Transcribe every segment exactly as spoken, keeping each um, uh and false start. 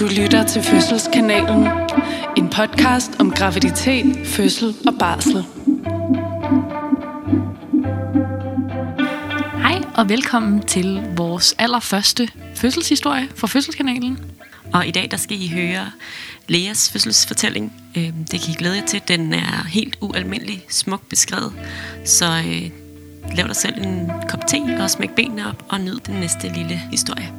Du lytter til Fødselskanalen, en podcast om graviditet, fødsel og barsel. Hej og velkommen til vores allerførste fødselshistorie fra Fødselskanalen. Og i dag der skal I høre Leas fødselsfortælling. Det kan I glæde jer til. Den er helt ualmindelig smukt beskrevet. Så øh, lav dig selv en kop te og smæk benene op og nyd den næste lille historie.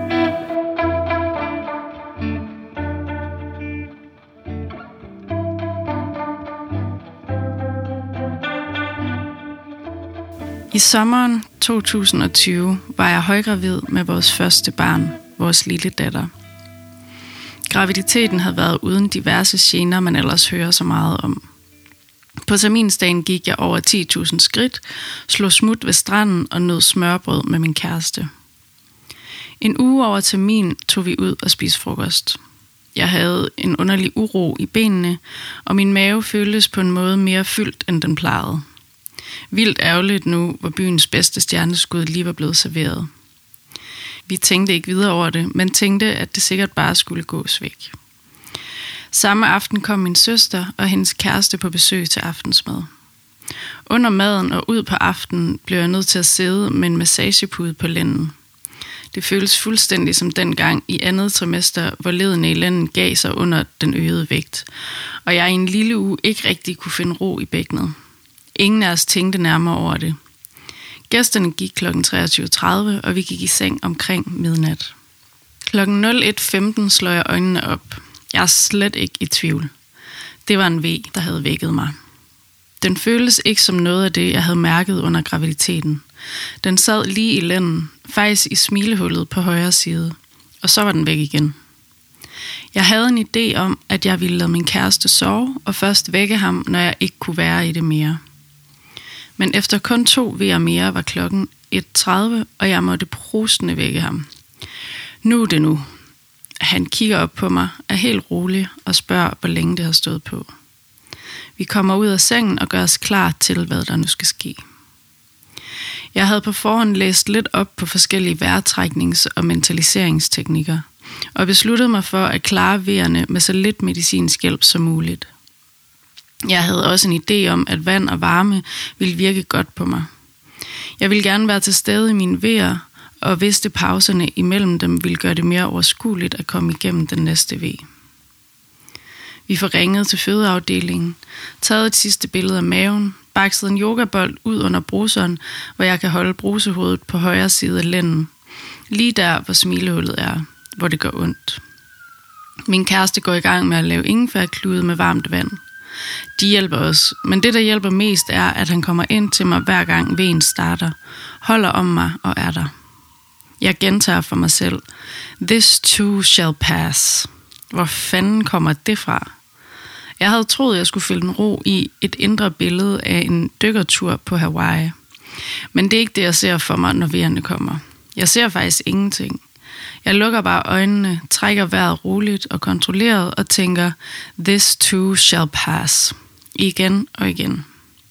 I sommeren to tusind og tyve var jeg højgravid med vores første barn, vores lille datter. Graviditeten havde været uden diverse gener, man ellers hører så meget om. På terminsdagen gik jeg over ti tusind skridt, slog smut ved stranden og nød smørbrød med min kæreste. En uge over termin tog vi ud og spiste frokost. Jeg havde en underlig uro i benene, og min mave føltes på en måde mere fyldt, end den plejede. Vildt ærgerligt nu, hvor byens bedste stjerneskud lige var blevet serveret. Vi tænkte ikke videre over det, men tænkte, at det sikkert bare skulle gås væk. Samme aften kom min søster og hendes kæreste på besøg til aftensmad. Under maden og ud på aftenen blev jeg nødt til at sidde med en massagepude på lænden. Det føltes fuldstændig som dengang i andet trimester, hvor ledene i lænden gav sig under den øgede vægt, og jeg i en lille uge ikke rigtig kunne finde ro i bækkenet. Ingen af os tænkte nærmere over det. Gæsterne gik klokken treogtyve tredive, og vi gik i seng omkring midnat. Klokken nul et femten slår jeg øjnene op. Jeg er slet ikke i tvivl. Det var en V, der havde vækket mig. Den føltes ikke som noget af det, jeg havde mærket under graviditeten. Den sad lige i lænden, faktisk i smilehullet på højre side, og så var den væk igen. Jeg havde en idé om, at jeg ville lade min kæreste sove, og først vække ham, når jeg ikke kunne være i det mere. Men efter kun to V'er mere var klokken et tredive, og jeg måtte prustende vække ham. Nu er det nu. Han kigger op på mig, er helt rolig og spørger, hvor længe det har stået på. Vi kommer ud af sengen og gør os klar til, hvad der nu skal ske. Jeg havde på forhånd læst lidt op på forskellige vejrtræknings- og mentaliseringsteknikker, og besluttede mig for at klare V'erne med så lidt medicinsk hjælp som muligt. Jeg havde også en idé om, at vand og varme ville virke godt på mig. Jeg ville gerne være til stede i mine V'er, og vidste pauserne imellem dem ville gøre det mere overskueligt at komme igennem den næste V. Vi får ringet til fødeafdelingen, taget et sidste billede af maven, bakset en yogabold ud under bruseren, hvor jeg kan holde brusehovedet på højre side af lænden, lige der, hvor smilehullet er, hvor det gør ondt. Min kæreste går i gang med at lave ingefærklude med varmt vand. De hjælper os, men det, der hjælper mest, er, at han kommer ind til mig hver gang V'en starter, holder om mig og er der. Jeg gentager for mig selv, this too shall pass. Hvor fanden kommer det fra? Jeg havde troet, jeg skulle finde ro i et indre billede af en dykkertur på Hawaii. Men det er ikke det, jeg ser for mig, når V'erne kommer. Jeg ser faktisk ingenting. Jeg lukker bare øjnene, trækker vejret roligt og kontrolleret og tænker, this too shall pass. Igen og igen.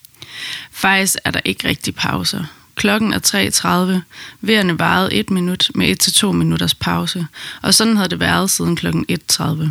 Faktisk er der ikke rigtig pauser. Klokken er tre tredive, V'erne varede et minut med et til to minutters pause, og sådan havde det været siden klokken et tredive.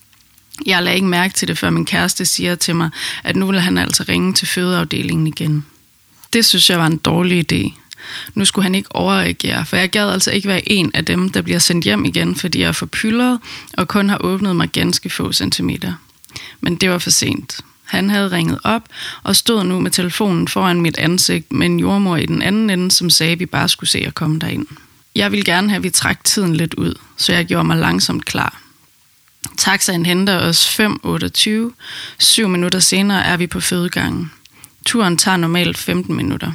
Jeg lagde ikke mærke til det, før min kæreste siger til mig, at nu vil han altså ringe til fødeafdelingen igen. Det synes jeg var en dårlig idé. Nu skulle han ikke overreagere, for jeg gad altså ikke være en af dem, der bliver sendt hjem igen, fordi jeg er forpylret og kun har åbnet mig ganske få centimeter. Men det var for sent. Han havde ringet op og stod nu med telefonen foran mit ansigt med en jordmor i den anden ende, som sagde, at vi bare skulle se at komme derind. Jeg ville gerne have, at vi trak tiden lidt ud, så jeg gjorde mig langsomt klar. Taxaen henter os fem otteogtyve. Syv minutter senere er vi på fødegangen. Turen tager normalt femten minutter.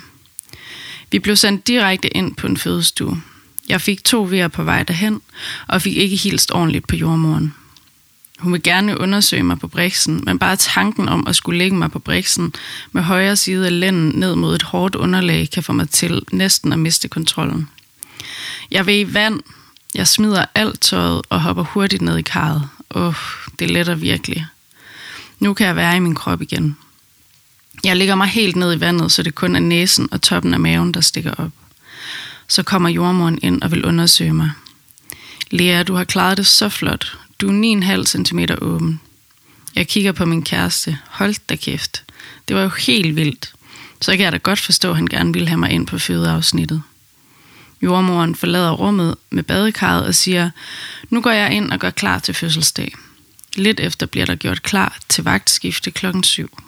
Vi blev sendt direkte ind på en fødestue. Jeg fik to V'er på vej derhen, og fik ikke hilst ordentligt på jordmoren. Hun vil gerne undersøge mig på briksen, men bare tanken om at skulle lægge mig på briksen med højre side af lænden ned mod et hårdt underlag kan få mig til næsten at miste kontrollen. Jeg vil i vand. Jeg smider alt tøjet og hopper hurtigt ned i karret. Åh, det letter virkelig. Nu kan jeg være i min krop igen. Jeg lægger mig helt ned i vandet, så det kun er næsen og toppen af maven, der stikker op. Så kommer jordmoren ind og vil undersøge mig. Lea, du har klaret det så flot. du er ni komma fem centimeter åben. Jeg kigger på min kæreste. Hold da kæft. Det var jo helt vildt. Så kan jeg da godt forstå, at han gerne ville have mig ind på fødeafsnittet. Jordmoren forlader rummet med badekarret og siger, nu går jeg ind og gør klar til fødselsdag. Lidt efter bliver der gjort klar til vagtskifte klokken syv.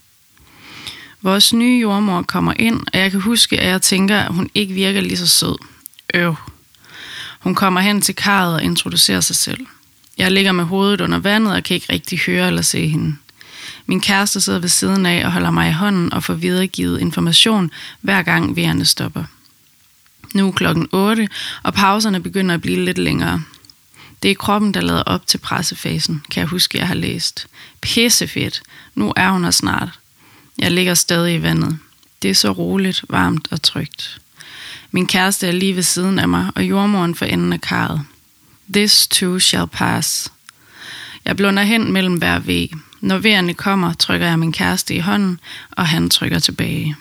Vores nye jordmor kommer ind, og jeg kan huske, at jeg tænker, at hun ikke virker lige så sød. Øv. Hun kommer hen til karret og introducerer sig selv. Jeg ligger med hovedet under vandet og kan ikke rigtig høre eller se hende. Min kæreste sidder ved siden af og holder mig i hånden og får videregivet information, hver gang vejerne stopper. Nu er klokken otte, og pauserne begynder at blive lidt længere. Det er kroppen, der lader op til pressefasen, kan jeg huske, jeg har læst. Pissefedt. Nu er hun her snart. Jeg ligger stadig i vandet. Det er så roligt, varmt og trygt. Min kæreste er lige ved siden af mig, og jordmoren for enden af karret. This too shall pass. Jeg blunder hen mellem hver V. Når vejerne kommer, trykker jeg min kæreste i hånden, og han trykker tilbage.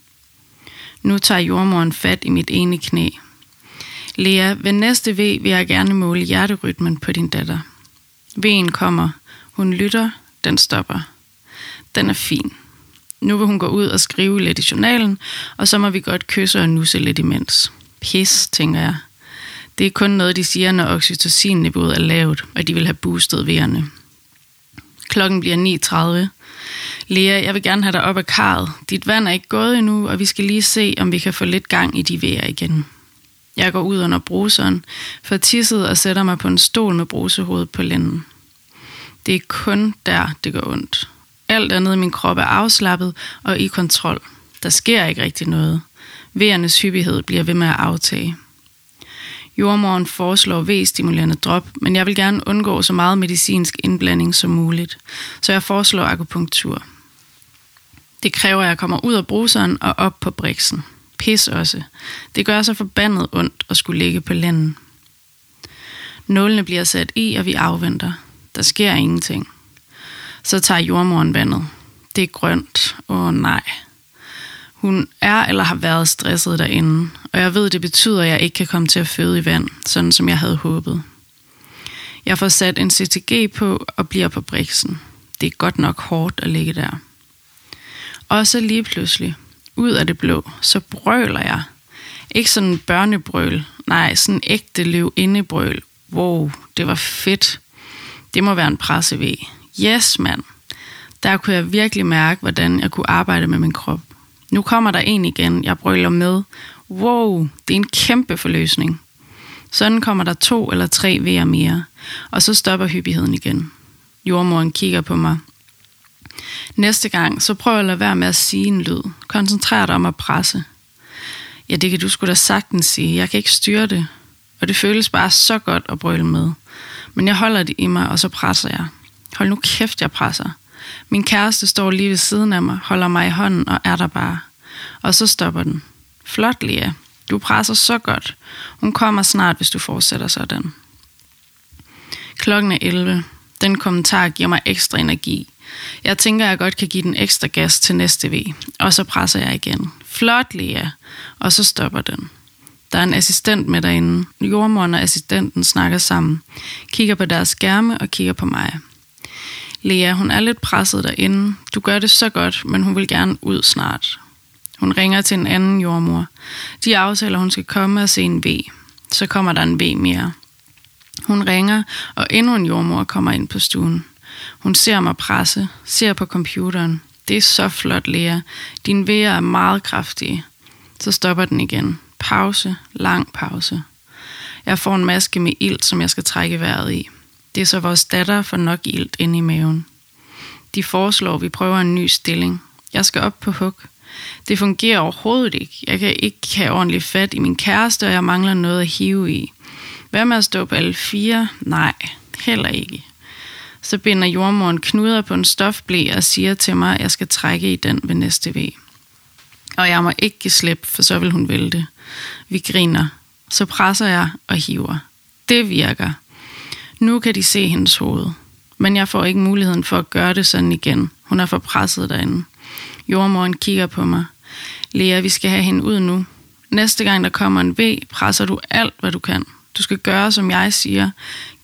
Nu tager jordmoren fat i mit ene knæ. Lea, ved næste V vil jeg gerne måle hjerterytmen på din datter. V'en kommer. Hun lytter. Den stopper. Den er fin. Nu vil hun gå ud og skrive lidt i journalen, og så må vi godt kysse og nusse lidt imens. Pis, tænker jeg. Det er kun noget, de siger, når oxytocin-niveauet er lavt, og de vil have boostet vejerne. Klokken bliver ni tredive. Lea, jeg vil gerne have dig op af karret. Dit vand er ikke gået endnu, og vi skal lige se, om vi kan få lidt gang i de vejer igen. Jeg går ud under bruseren, får tisset og sætter mig på en stol med brusehovedet på lænden. Det er kun der, det går ondt. Alt andet i min krop er afslappet og i kontrol. Der sker ikke rigtig noget. Vejernes hyppighed bliver ved med at aftage. Jordmoren foreslår V-stimulerende drop, men jeg vil gerne undgå så meget medicinsk indblanding som muligt, så jeg foreslår akupunktur. Det kræver, at jeg kommer ud af bruseren og op på briksen. Pis også. Det gør så forbandet ondt at skulle ligge på lænden. Nålene bliver sat i, og vi afventer. Der sker ingenting. Så tager jordmoren vandet. Det er grønt. Åh nej. Hun er eller har været stresset derinde, og jeg ved, det betyder, at jeg ikke kan komme til at føde i vand, sådan som jeg havde håbet. Jeg får sat en C T G på og bliver på briksen. Det er godt nok hårdt at ligge der. Og så lige pludselig, ud af det blå, så brøler jeg. Ikke sådan en børnebrøl, nej, sådan en ægte løvindebrøl. Wow, det var fedt. Det må være en presse-V. Yes, mand. Der kunne jeg virkelig mærke, hvordan jeg kunne arbejde med min krop. Nu kommer der en igen, jeg brøler med. Wow, det er en kæmpe forløsning. Sådan kommer der to eller tre V'er mere, og så stopper hyppigheden igen. Jordmoren kigger på mig. Næste gang, så prøv at lade være med at sige en lyd. Koncentrer dig om at presse. Ja, det kan du sgu da sagtens sige. Jeg kan ikke styre det. Og det føles bare så godt at brøle med. Men jeg holder det i mig, og så presser jeg. Hold nu kæft, jeg presser. Min kæreste står lige ved siden af mig, holder mig i hånden og er der bare. Og så stopper den. Flot, Lea. Du presser så godt. Hun kommer snart, hvis du fortsætter sådan. Klokken er elleve. Den kommentar giver mig ekstra energi. Jeg tænker, at jeg godt kan give den ekstra gas til næste V. Og så presser jeg igen. Flot, Lea. Og så stopper den. Der er en assistent med derinde. Jordmoren og assistenten snakker sammen. Kigger på deres skærme og kigger på mig. Lea, hun er lidt presset derinde. Du gør det så godt, men hun vil gerne ud snart. Hun ringer til en anden jordmor. De aftaler, hun skal komme og se en V. Så kommer der en V mere. Hun ringer, og endnu en jordmor kommer ind på stuen. Hun ser mig presse, ser på computeren. Det er så flot, Lea. Dine V'er er meget kraftige. Så stopper den igen. Pause, lang pause. Jeg får en maske med ilt, som jeg skal trække vejret i. Det er så vores datter får nok ilt inde i maven. De foreslår, at vi prøver en ny stilling. Jeg skal op på hug. Det fungerer overhovedet ikke. Jeg kan ikke have ordentligt fat i min kæreste, og jeg mangler noget at hive i. Hvad med at stå på alle fire? Nej, heller ikke. Så binder jordmoren knuder på en stofble og siger til mig, at jeg skal trække i den ved næste V. Og jeg må ikke give slip, for så vil hun vælte. Vi griner. Så presser jeg og hiver. Det virker. Nu kan de se hendes hoved. Men jeg får ikke muligheden for at gøre det sådan igen. Hun er for presset derinde. Jordmoren kigger på mig. Lea, vi skal have hende ud nu. Næste gang der kommer en V, presser du alt, hvad du kan. Du skal gøre, som jeg siger.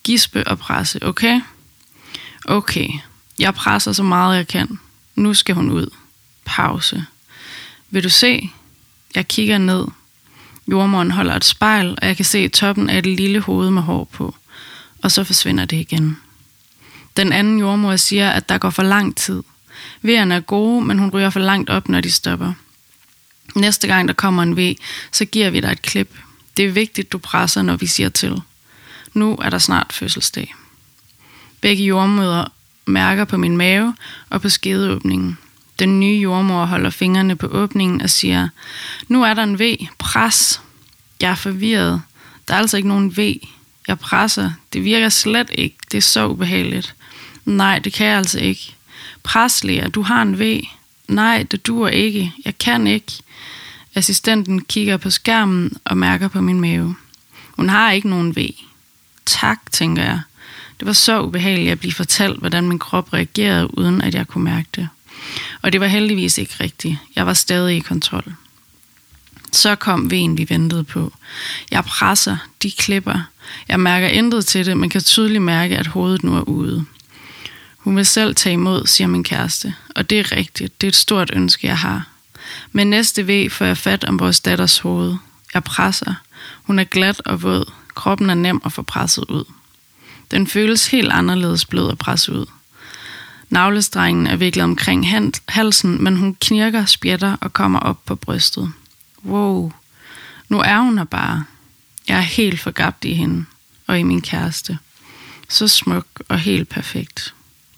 Gispe og presse, okay? Okay, jeg presser så meget jeg kan. Nu skal hun ud. Pause. Vil du se? Jeg kigger ned. Jordmoren holder et spejl, og jeg kan se toppen af et lille hoved med hår på. Og så forsvinder det igen. Den anden jordmor siger, at der går for lang tid. Vejerne er gode, men hun ryger for langt op, når de stopper. Næste gang der kommer en V, så giver vi dig et klip. Det er vigtigt, du presser, når vi siger til. Nu er der snart fødselsdag. Begge jordmødre mærker på min mave og på skedeåbningen. Den nye jordmor holder fingrene på åbningen og siger, nu er der en V, pres. Jeg er forvirret. Der er altså ikke nogen V. Jeg presser. Det virker slet ikke. Det er så ubehageligt. Nej, det kan jeg altså ikke. Pres, Lea, du har en V. Nej, det duer ikke. Jeg kan ikke. Assistenten kigger på skærmen og mærker på min mave. Hun har ikke nogen V. Tak, tænker jeg. Det var så ubehageligt at blive fortalt, hvordan min krop reagerede, uden at jeg kunne mærke det. Og det var heldigvis ikke rigtigt. Jeg var stadig i kontrol. Så kom V'en, vi ventede på. Jeg presser, de klipper. Jeg mærker intet til det, men kan tydeligt mærke, at hovedet nu er ude. Hun vil selv tage imod, siger min kæreste. Og det er rigtigt. Det er et stort ønske, jeg har. Men næste V får jeg fat om vores datters hoved. Jeg presser. Hun er glat og våd. Kroppen er nem at få presset ud. Den føles helt anderledes blød at presse ud. Navlestrengen er viklet omkring halsen, men hun knirker, spjætter og kommer op på brystet. Wow, nu er hun her bare. Jeg er helt forgabt i hende og i min kæreste. Så smuk og helt perfekt.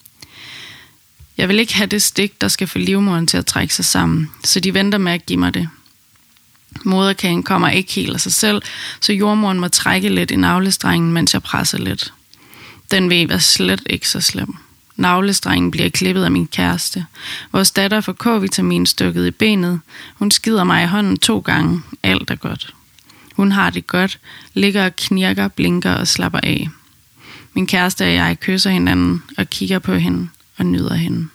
Jeg vil ikke have det stik, der skal få livmoderen til at trække sig sammen, så de venter med at give mig det. Moderkagen kommer ikke helt af sig selv, så jordmoren må trække lidt i navlestrengen, mens jeg presser lidt. Den vil være slet ikke så slem. Navlestrengen bliver klippet af min kæreste. Vores datter får K-vitamin stukket i benet. Hun skider mig i hånden to gange. Alt er godt. Hun har det godt, ligger og knirker, blinker og slapper af. Min kæreste og jeg kysser hinanden og kigger på hende og nyder hende.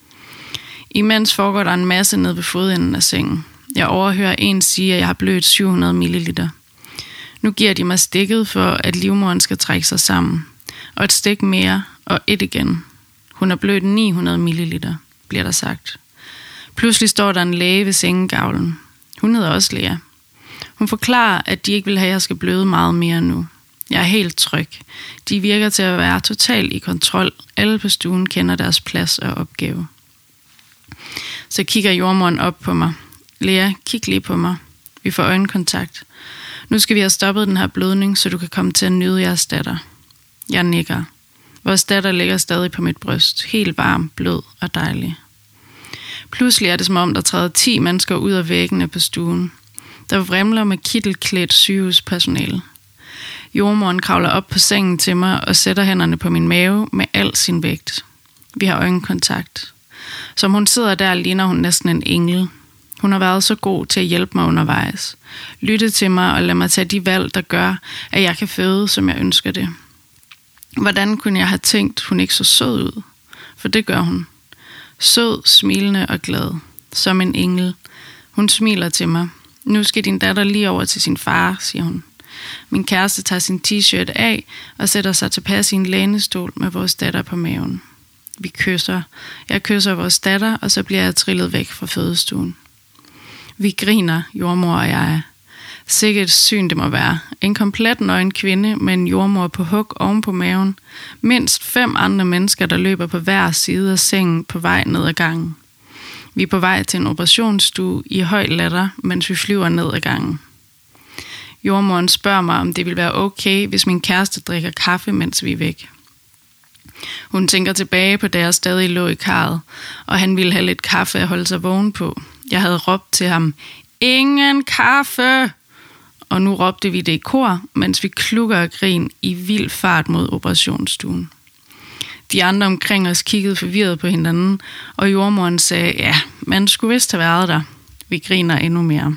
Imens foregår der en masse ned ved fodenden af sengen. Jeg overhører en sige, at jeg har blødt syv hundrede milliliter. Nu giver de mig stikket for, at livmoderen skal trække sig sammen. Og et stik mere, og et igen. Hun har blødt ni hundrede milliliter, bliver der sagt. Pludselig står der en læge ved sengegavlen. Hun hedder også Lea. Hun forklarer, at de ikke vil have, at jeg skal bløde meget mere nu. Jeg er helt tryg. De virker til at være totalt i kontrol. Alle på stuen kender deres plads og opgave. Så kigger jordmoren op på mig. Lea, kig lige på mig. Vi får øjenkontakt. Nu skal vi have stoppet den her blødning, så du kan komme til at nyde jeres datter. Jeg nikker. Vores datter ligger stadig på mit bryst. Helt varm, blød og dejlig. Pludselig er det som om, der træder ti mennesker ud af væggene på stuen. Der vrimler med kittelklædt sygehuspersonale. Jordmoren kravler op på sengen til mig og sætter hænderne på min mave med al sin vægt. Vi har øjenkontakt. Som hun sidder der, ligner hun næsten en engel. Hun har været så god til at hjælpe mig undervejs. Lytte til mig og lade mig tage de valg, der gør, at jeg kan føde, som jeg ønsker det. Hvordan kunne jeg have tænkt, hun ikke så sød ud? For det gør hun. Sød, smilende og glad. Som en engel. Hun smiler til mig. Nu skal din datter lige over til sin far, siger hun. Min kæreste tager sin t-shirt af og sætter sig tilpas i en lænestol med vores datter på maven. Vi kysser. Jeg kysser vores datter, og så bliver jeg trillet væk fra fødestuen. Vi griner, jordmor og jeg. Sikkert et syn det må være. En komplet nøgen kvinde med en jordmor på hug oven på maven. Mindst fem andre mennesker, der løber på hver side af sengen på vej ned ad gangen. Vi er på vej til en operationsstue i høj latter, mens vi flyver ned ad gangen. Jordmoren spørger mig, om det vil være okay, hvis min kæreste drikker kaffe, mens vi er væk. Hun tænker tilbage på, da jeg stadig lå i karret, og han ville have lidt kaffe at holde sig vågen på. Jeg havde råbt til ham, ingen kaffe! Og nu råbte vi det i kor, mens vi klukker og grin i vild fart mod operationsstuen. De andre omkring os kiggede forvirret på hinanden, og jordmoren sagde, ja, man skulle vist have været der. Vi griner endnu mere.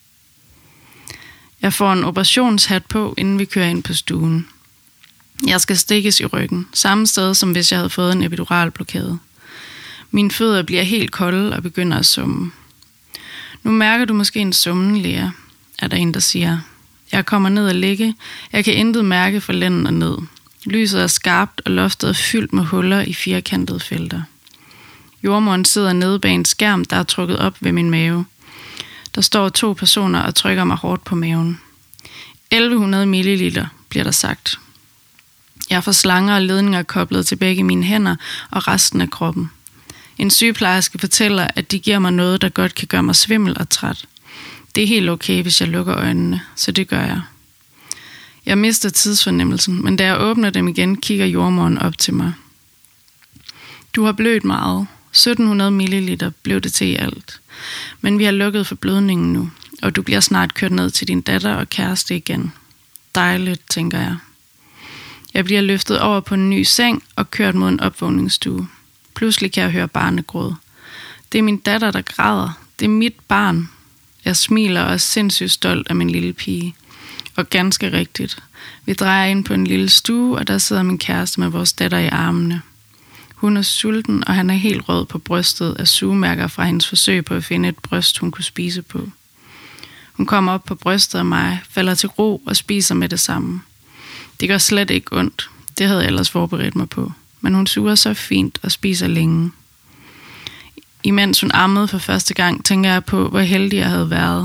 Jeg får en operationshat på, inden vi kører ind på stuen. Jeg skal stikkes i ryggen, samme sted som hvis jeg havde fået en epiduralblokade. Mine fødder bliver helt kolde og begynder at summe. Nu mærker du måske en summen, Lea, er der en, der siger. Jeg kommer ned og ligge. Jeg kan intet mærke fra lænden og ned. Lyset er skarpt, og loftet er fyldt med huller i firkantede felter. Jordmoren sidder nede bag en skærm, der er trukket op ved min mave. Der står to personer og trykker mig hårdt på maven. elleve hundrede milliliter, bliver der sagt. Jeg får slanger og ledninger koblet til begge mine hænder og resten af kroppen. En sygeplejerske fortæller, at de giver mig noget, der godt kan gøre mig svimmel og træt. Det er helt okay, hvis jeg lukker øjnene, så det gør jeg. Jeg mister tidsfornemmelsen, men da jeg åbner dem igen, kigger jordmoren op til mig. Du har blødt meget. sytten hundrede milliliter blev det til i alt. Men vi har lukket for blødningen nu, og du bliver snart kørt ned til din datter og kæreste igen. Dejligt, tænker jeg. Jeg bliver løftet over på en ny seng og kørt mod en opvågningsstue. Pludselig kan jeg høre barnegråd. Det er min datter, der græder. Det er mit barn. Jeg smiler og er sindssygt stolt af min lille pige. Og ganske rigtigt. Vi drejer ind på en lille stue, og der sidder min kæreste med vores datter i armene. Hun er sulten, og han er helt rød på brystet af sugemærker fra hendes forsøg på at finde et bryst, hun kunne spise på. Hun kommer op på brystet af mig, falder til ro og spiser med det samme. Det gør slet ikke ondt. Det havde jeg ellers forberedt mig på. Men hun suger så fint og spiser længe. Imens hun ammede for første gang, tænker jeg på, hvor heldig jeg havde været.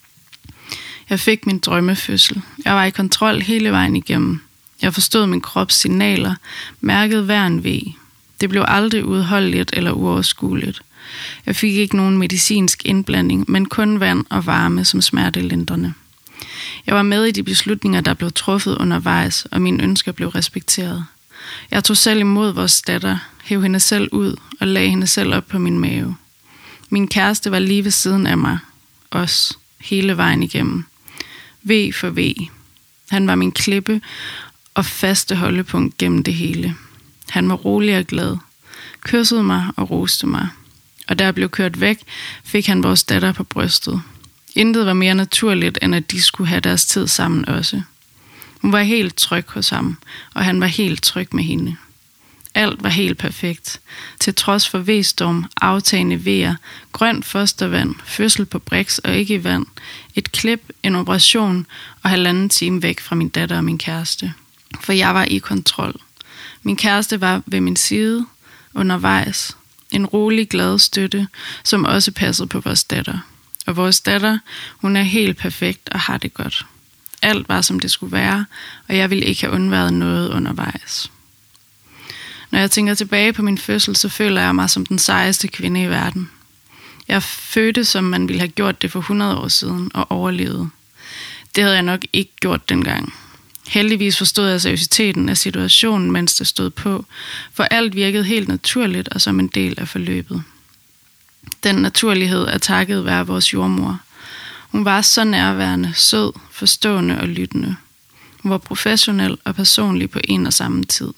Jeg fik min drømmefødsel. Jeg var i kontrol hele vejen igennem. Jeg forstod min krops signaler, mærkede hver en vej. Det blev aldrig udholdeligt eller uoverskueligt. Jeg fik ikke nogen medicinsk indblanding, men kun vand og varme som smertelindrende. Jeg var med i de beslutninger, der blev truffet undervejs, og mine ønsker blev respekteret. Jeg tog selv imod vores datter, hev hende selv ud og lagde hende selv op på min mave. Min kæreste var lige ved siden af mig, os, hele vejen igennem. V for V. Han var min klippe og faste holdepunkt gennem det hele. Han var rolig og glad, kyssede mig og roste mig. Og da jeg blev kørt væk, fik han vores datter på brystet. Intet var mere naturligt, end at de skulle have deres tid sammen også. Hun var helt tryg hos ham, og han var helt tryg med hende. Alt var helt perfekt. Til trods for V-storm, aftagende vejer, grønt fostervand, fødsel på briks og ikke i vand, et klip, en operation og halvanden time væk fra min datter og min kæreste. For jeg var i kontrol. Min kæreste var ved min side undervejs. En rolig, glad støtte, som også passede på vores datter. Og vores datter, hun er helt perfekt og har det godt. Alt var, som det skulle være, og jeg ville ikke have undværet noget undervejs. Når jeg tænker tilbage på min fødsel, så føler jeg mig som den sejeste kvinde i verden. Jeg fødte, som man ville have gjort det for hundrede år siden, og overlevede. Det havde jeg nok ikke gjort dengang. Heldigvis forstod jeg seriøsiteten af situationen, mens det stod på, for alt virkede helt naturligt og som en del af forløbet. Den naturlighed er takket være vores jordmor. Hun var så nærværende, sød, forstående og lyttende. Hun var professionel og personlig på en og samme tid.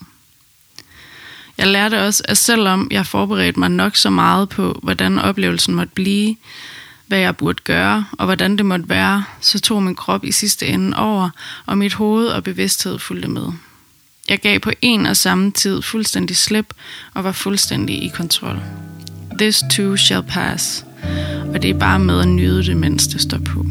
Jeg lærte også, at selvom jeg forberedte mig nok så meget på, hvordan oplevelsen måtte blive, hvad jeg burde gøre og hvordan det måtte være, så tog min krop i sidste ende over, og mit hoved og bevidsthed fulgte med. Jeg gav på en og samme tid fuldstændig slip og var fuldstændig i kontrol. This too shall pass. Og det er bare med at nyde det, mens det står på.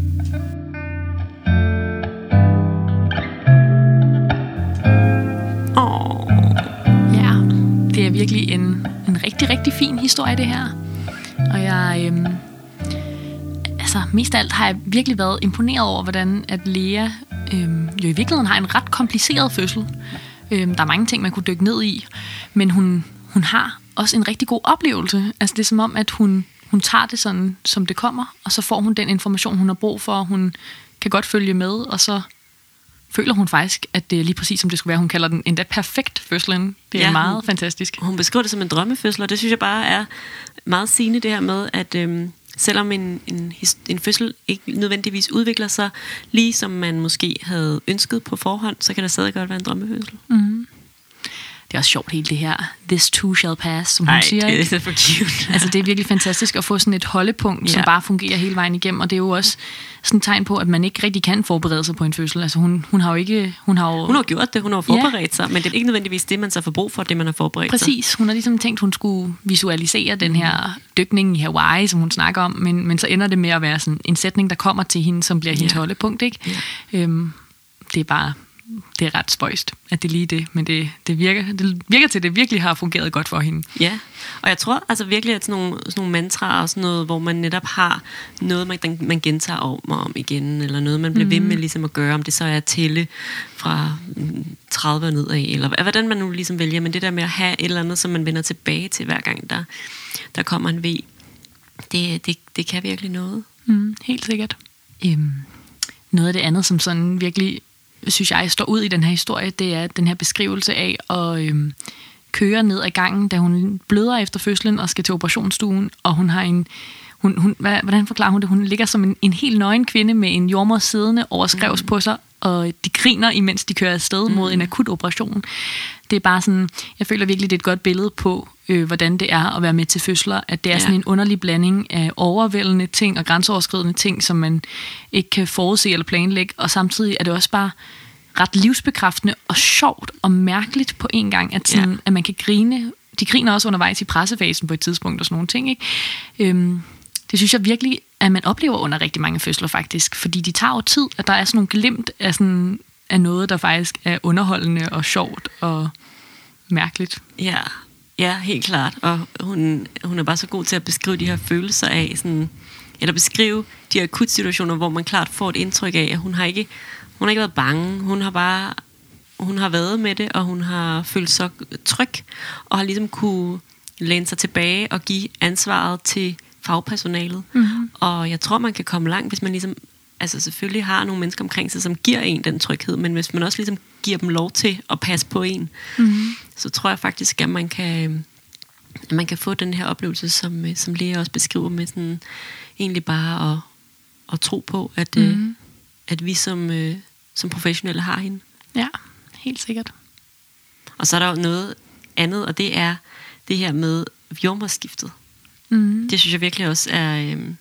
Åh, ja, det er virkelig en, en rigtig, rigtig fin historie, det her. Og jeg, øhm, altså mest af alt har jeg virkelig været imponeret over, hvordan at Lea øhm, jo i virkeligheden har en ret kompliceret fødsel. Øhm, der er mange ting, man kunne dykke ned i, men hun, hun har også en rigtig god oplevelse. Altså det er som om, at hun, hun tager det sådan, som det kommer, og så får hun den information, hun har brug for. Hun kan godt følge med, og så føler hun faktisk, at det er lige præcis, som det skulle være. Hun kalder den endda perfekt fødslen. Det er ja, meget hun, fantastisk. Hun beskriver det som en drømmefødsel, og det synes jeg bare er meget sigende, det her med, at øhm, selvom en, en, en fødsel ikke nødvendigvis udvikler sig, lige som man måske havde ønsket på forhånd, så kan det stadig godt være en drømmefødsel. Mm-hmm. Det er også sjovt hele det her this too shall pass, som hun Ej, siger. det er så for cute. Altså det er virkelig fantastisk at få sådan et holdepunkt, ja, som bare fungerer hele vejen igennem, og det er jo også sådan et tegn på, at man ikke rigtig kan forberede sig på en fødsel. Altså hun, hun har jo ikke... Hun har, jo, hun har gjort det, hun har forberedt ja. sig, men det er ikke nødvendigvis det, man så får brug for, det man har forberedt Præcis. sig. Præcis, hun har ligesom tænkt, hun skulle visualisere den her dykning i Hawaii, som hun snakker om, men, men så ender det med at være sådan en sætning, der kommer til hende, som bliver hendes ja. holdepunkt, ikke? Ja. Øhm, det er bare... det er ret spøjst, at det lige er det, men det, det, virker, det virker til, at det virkelig har fungeret godt for hende. Ja, og jeg tror altså virkelig, at sådan nogle, sådan nogle mantraer og sådan noget, hvor man netop har noget, man, man gentager om og om igen, eller noget, man bliver mm. ved med ligesom at gøre, om det så er at tælle fra tredive og nedad, eller hvordan man nu ligesom vælger, men det der med at have et eller andet, som man vender tilbage til hver gang, der, der kommer en V, det, det, det kan virkelig noget. Mm, helt sikkert. Øhm, noget af det andet, som sådan virkelig, synes jeg, står ud i den her historie, det er den her beskrivelse af at øhm, køre ned ad gangen, da hun bløder efter fødslen og skal til operationsstuen, og hun har en, hun, hun, hvad, hvordan forklarer hun det? Hun ligger som en, en helt nøgen kvinde med en jordmor siddende over skrevs mm. på sig, og de griner, imens de kører afsted mod mm. en akut operation. Det er bare sådan, jeg føler virkelig, det er et godt billede på, øh, hvordan det er at være med til fødsler, at det er ja. sådan en underlig blanding af overvældende ting og grænseoverskridende ting, som man ikke kan forudse eller planlægge, og samtidig er det også bare ret livsbekræftende og sjovt og mærkeligt på en gang, at, sådan, ja. at man kan grine. De griner også undervejs i pressefasen på et tidspunkt og sådan nogle ting, ikke? Øhm, det synes jeg virkelig, at man oplever under rigtig mange fødsler faktisk, fordi de tager jo tid, at der er sådan nogle glimt af, sådan, af noget, der faktisk er underholdende og sjovt og mærkeligt. Ja, ja, helt klart. Og hun, hun er bare så god til at beskrive de her følelser af, sådan, eller beskrive de her akutsituationer, hvor man klart får et indtryk af, at hun har ikke, hun har ikke været bange. Hun har bare, hun har været med det, og hun har følt sig tryg, og har ligesom kunne læne sig tilbage og give ansvaret til fagpersonalet. Mm-hmm. Og jeg tror, man kan komme langt, hvis man ligesom, altså selvfølgelig har nogle mennesker omkring sig, som giver en den tryghed, men hvis man også ligesom giver dem lov til at passe på en, mm-hmm. så tror jeg faktisk, at man kan, at man kan få den her oplevelse, som, som Lea også beskriver med sådan, egentlig bare at, at tro på, at, mm-hmm. øh, at vi som, øh, som professionelle har hende. Ja, helt sikkert. Og så er der jo noget andet, og det er det her med jordmoderskiftet. Mm. Det synes jeg virkelig også er, øhm,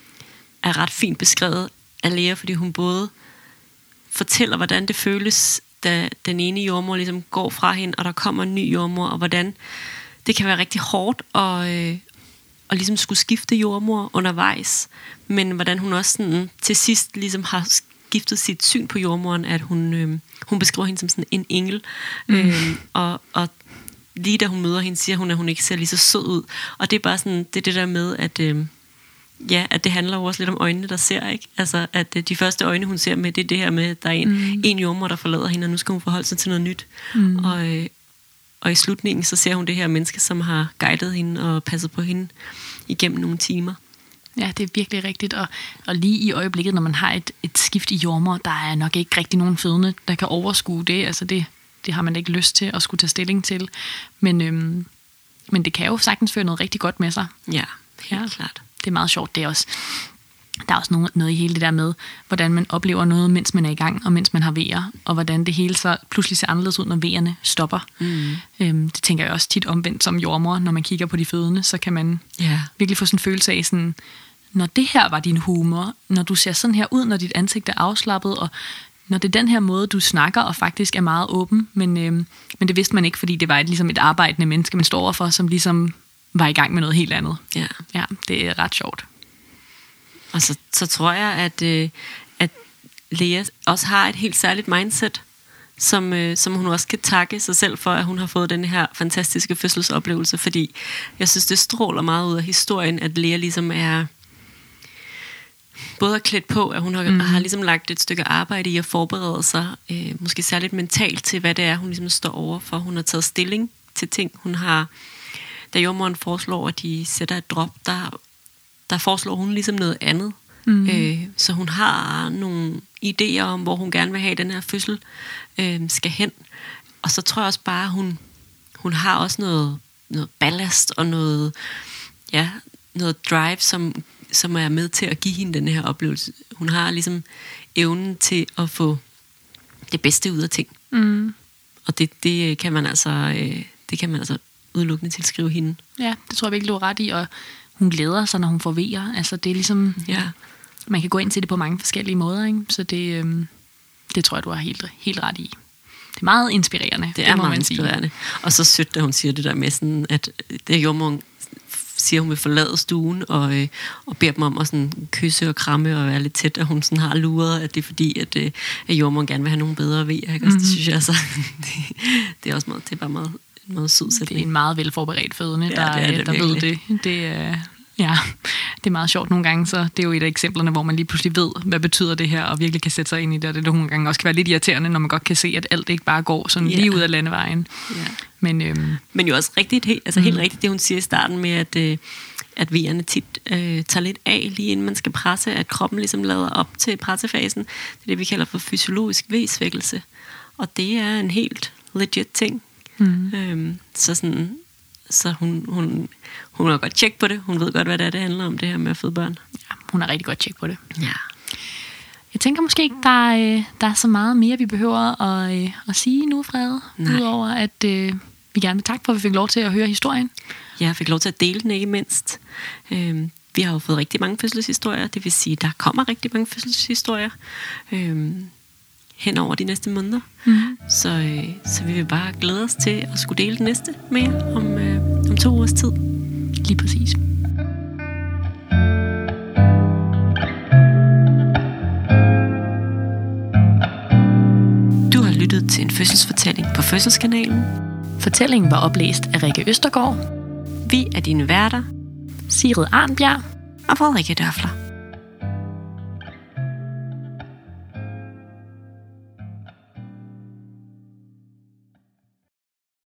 er ret fint beskrevet af Lea, fordi hun både fortæller, hvordan det føles, da den ene jordmor ligesom går fra hende, og der kommer en ny jordmor, og hvordan det kan være rigtig hårdt at, øh, at ligesom skulle skifte jordmor undervejs, men hvordan hun også sådan, til sidst ligesom har skiftet sit syn på jordmoren, at hun, øh, hun beskriver hende som sådan en engel, mm. øh, og, og lige da hun møder hende, siger hun, at hun ikke ser lige så sød ud. Og det er bare sådan, det er det der med, at, øh, ja, at det handler jo også lidt om øjnene, der ser, ikke? Altså, at øh, de første øjne, hun ser med, det er det her med, at der er en, mm. en jordmor, der forlader hende, og nu skal hun forholde sig til noget nyt. Mm. Og, øh, og i slutningen, så ser hun det her menneske, som har guidet hende og passet på hende igennem nogle timer. Ja, det er virkelig rigtigt, og, og lige i øjeblikket, når man har et, et skift i jordmor, der er nok ikke rigtig nogen fødende, der kan overskue det, altså det Det har man ikke lyst til at skulle tage stilling til. Men, øhm, men det kan jo sagtens føre noget rigtig godt med sig. Ja, helt ja, klart. Det er meget sjovt. Det er også, der er også noget, noget i hele det der med, hvordan man oplever noget, mens man er i gang, og mens man har vejer, og hvordan det hele så pludselig ser anderledes ud, når vejerne stopper. Mm. Øhm, det tænker jeg også tit omvendt som jordmor, når man kigger på de fødende, så kan man yeah. virkelig få sådan en følelse af, sådan, når det her var din humor, når du ser sådan her ud, når dit ansigt er afslappet, og når det er den her måde, du snakker og faktisk er meget åben, men, øhm, men det vidste man ikke, fordi det var et, ligesom et arbejdende menneske, man står overfor, som ligesom var i gang med noget helt andet. Ja, ja det er ret sjovt. Og så, så tror jeg, at, øh, at Lea også har et helt særligt mindset, som, øh, som hun også kan takke sig selv for, at hun har fået den her fantastiske fødselsoplevelse, fordi jeg synes, det stråler meget ud af historien, at Lea ligesom er både er klædt på, at hun har, mm. har ligesom lagt et stykke arbejde i at forberede sig, øh, måske særligt mentalt til, hvad det er, hun ligesom står over for. Hun har taget stilling til ting. Hun har, da jordmoren foreslår, at de sætter et drop, der, der foreslår hun ligesom noget andet. Mm. Øh, så hun har nogle idéer om, hvor hun gerne vil have, den her fødsel øh, skal hen. Og så tror jeg også bare, hun, hun har også noget, noget ballast og noget, ja, noget drive, som som er med til at give hende den her oplevelse. Hun har ligesom evnen til at få det bedste ud af ting. Mm. Og det, det kan man altså det kan man altså udelukkende tilskrive hende. Ja, det tror jeg virkelig, du har ret i, og hun glæder sig, når hun får vejer. Altså det er ligesom, ja. Man kan gå ind til det på mange forskellige måder, ikke? Så det, øhm, det tror jeg, du har helt, helt ret i. Det er meget inspirerende. Det er det meget inspirerende. Sige. Og så sødt, da hun siger det der med sådan, at det jordmoren siger, hun vil forlade stuen, og, øh, og beder dem om at sådan kysse og kramme og være lidt tæt, og hun sådan har luret, at det er fordi, at, øh, at jordmoren gerne vil have nogle bedre ved. Ikke? Mm-hmm. Det synes jeg så, det, det er også meget, det er bare meget, meget sød sætning. Det er en meget velforberedt fødende, ja, der, det det der ved det. Det er... Ja, det er meget sjovt nogle gange, så det er jo et af eksemplerne, hvor man lige pludselig ved, hvad betyder det her, og virkelig kan sætte sig ind i det, og det nogle gange også kan være lidt irriterende, når man godt kan se, at alt ikke bare går sådan yeah. lige ud af landevejen. Yeah. Men, øhm, Men jo også rigtigt, helt, altså mm. helt rigtigt, det hun siger i starten med, at, øh, at vejerne tit øh, tager lidt af, lige inden man skal presse, at kroppen ligesom lader op til pressefasen. Det er det, vi kalder for fysiologisk V-svækkelse, og det er en helt legit ting. Mm. Øhm, så sådan... Så hun, hun, hun har godt tjek på det. Hun ved godt, hvad det er, det handler om, det her med at føde børn. Ja, hun har rigtig godt tjek på det. Ja. Jeg tænker måske ikke, der er, der er så meget mere, vi behøver at, at sige nu, Frede. Udover at øh, vi gerne vil takke for, at vi fik lov til at høre historien. Ja, jeg fik lov til at dele den, ikke mindst. Øhm, vi har jo fået rigtig mange fødselshistorier. Det vil sige, der kommer rigtig mange fødselshistorier. Øhm, hen over de næste måneder. Mm. Så, øh, så vi vil bare glæde os til at skulle dele det næste med jer om, øh, om to ugers tid. Lige præcis. Du har lyttet til en fødselsfortælling på Fødselskanalen. Fortællingen var oplæst af Rikke Østergaard. Vi er dine værter, Sigrid Arnbjerg og Frederikke Dørfler.